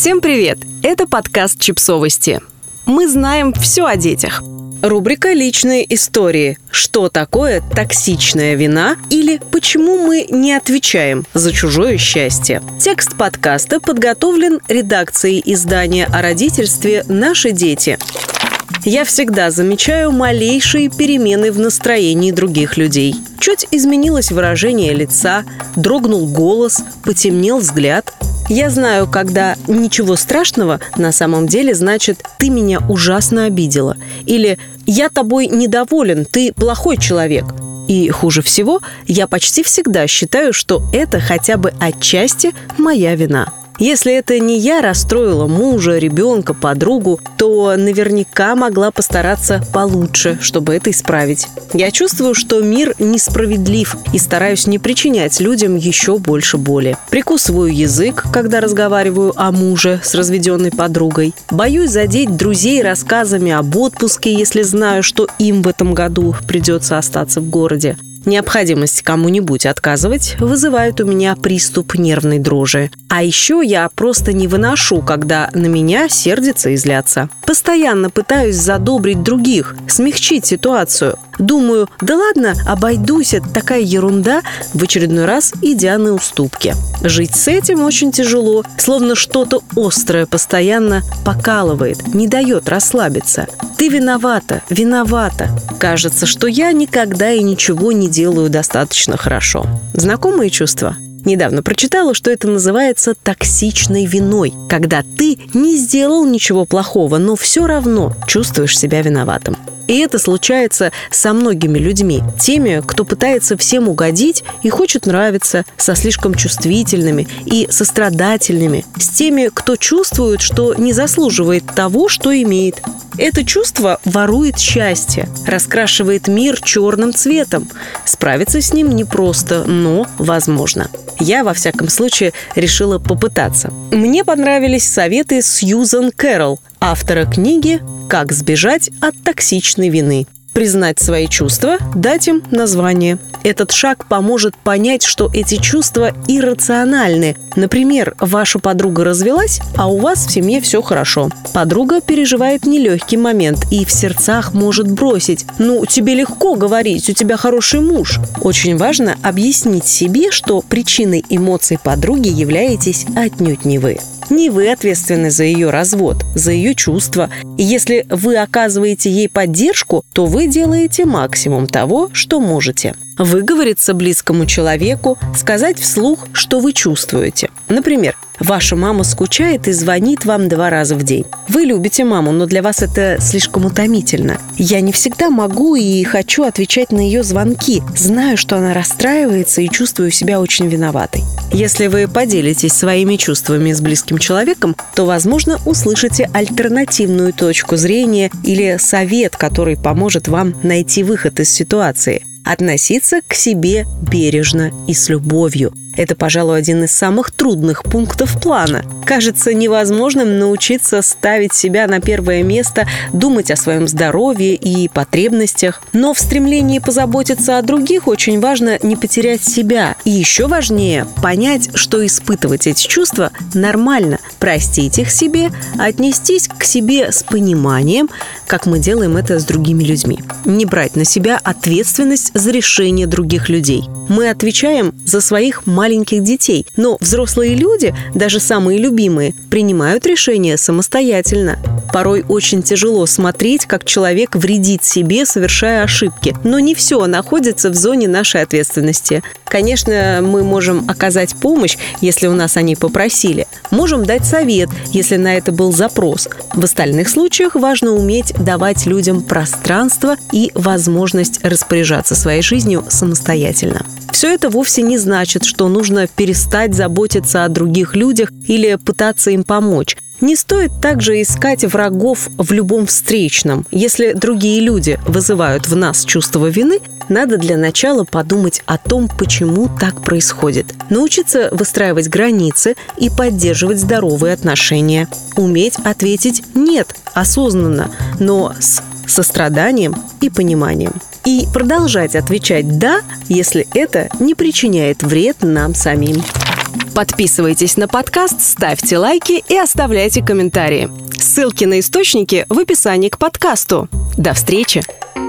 Всем привет! Это подкаст «Чипсовости». Мы знаем все о детях. Рубрика «Личные истории». Что такое токсичная вина или почему мы не отвечаем за чужое счастье? Текст подкаста подготовлен редакцией издания о родительстве «Наши дети». Я всегда замечаю малейшие перемены в настроении других людей. Чуть изменилось выражение лица, дрогнул голос, потемнел взгляд. Я знаю, когда «ничего страшного» на самом деле значит «ты меня ужасно обидела» или «я тобой недоволен, ты плохой человек». И хуже всего, я почти всегда считаю, что это хотя бы отчасти моя вина. Если это не я расстроила мужа, ребенка, подругу, то наверняка могла постараться получше, чтобы это исправить. Я чувствую, что мир несправедлив и стараюсь не причинять людям еще больше боли. Прикусываю язык, когда разговариваю о муже с разведенной подругой. Боюсь задеть друзей рассказами об отпуске, если знаю, что им в этом году придется остаться в городе. Необходимость кому-нибудь отказывать вызывает у меня приступ нервной дрожи. А еще я просто не выношу, когда на меня сердятся и злятся. Постоянно пытаюсь задобрить других, смягчить ситуацию. Думаю, да ладно, обойдусь, это такая ерунда, в очередной раз идя на уступки. Жить с этим очень тяжело, словно что-то острое постоянно покалывает, не дает расслабиться. Ты виновата, виновата. Кажется, что я никогда и ничего не делаю достаточно хорошо. Знакомые чувства? Недавно прочитала, что это называется токсичной виной, когда ты не сделал ничего плохого, но все равно чувствуешь себя виноватым. И это случается со многими людьми, теми, кто пытается всем угодить и хочет нравиться, со слишком чувствительными и сострадательными, с теми, кто чувствует, что не заслуживает того, что имеет. Это чувство ворует счастье, раскрашивает мир черным цветом. Справиться с ним непросто, но возможно. Я, во всяком случае, решила попытаться. Мне понравились советы Сьюзан Кэрролл, автора книги «Как сбежать от токсичной вины». Признать свои чувства, дать им название. Этот шаг поможет понять, что эти чувства иррациональны. Например, ваша подруга развелась, а у вас в семье все хорошо. Подруга переживает нелегкий момент и в сердцах может бросить: «Ну, тебе легко говорить, у тебя хороший муж». Очень важно объяснить себе, что причиной эмоций подруги являетесь отнюдь не вы. Не вы ответственны за ее развод, за ее чувства. И если вы оказываете ей поддержку, то вы делаете максимум того, что можете. Выговориться близкому человеку, сказать вслух, что вы чувствуете. Например, ваша мама скучает и звонит вам 2 раза в день. Вы любите маму, но для вас это слишком утомительно. Я не всегда могу и хочу отвечать на ее звонки. Знаю, что она расстраивается и чувствую себя очень виноватой. Если вы поделитесь своими чувствами с близким человеком, то, возможно, услышите альтернативную точку зрения или совет, который поможет вам найти выход из ситуации. Относиться к себе бережно и с любовью. Это, пожалуй, один из самых трудных пунктов плана. Кажется невозможным научиться ставить себя на первое место, думать о своем здоровье и потребностях. Но в стремлении позаботиться о других очень важно не потерять себя. И еще важнее понять, что испытывать эти чувства нормально, простить их себе, отнестись к себе с пониманием, как мы делаем это с другими людьми. Не брать на себя ответственность за решение других людей. Мы отвечаем за своих маленьких детей, но взрослые люди, даже самые любимые, принимают решения самостоятельно. Порой очень тяжело смотреть, как человек вредит себе, совершая ошибки, но не все находится в зоне нашей ответственности. Конечно, мы можем оказать помощь, если у нас о ней попросили. Можем дать совет, если на это был запрос. В остальных случаях важно уметь давать людям пространство и возможность распоряжаться своей жизнью самостоятельно. Все это вовсе не значит, что нужно перестать заботиться о других людях или пытаться им помочь. Не стоит также искать врагов в любом встречном. Если другие люди вызывают в нас чувство вины, надо для начала подумать о том, почему так происходит. Научиться выстраивать границы и поддерживать здоровые отношения. Уметь ответить «нет» осознанно, но с состраданием и пониманием. И продолжать отвечать «да», если это не причиняет вред нам самим. Подписывайтесь на подкаст, ставьте лайки и оставляйте комментарии. Ссылки на источники в описании к подкасту. До встречи!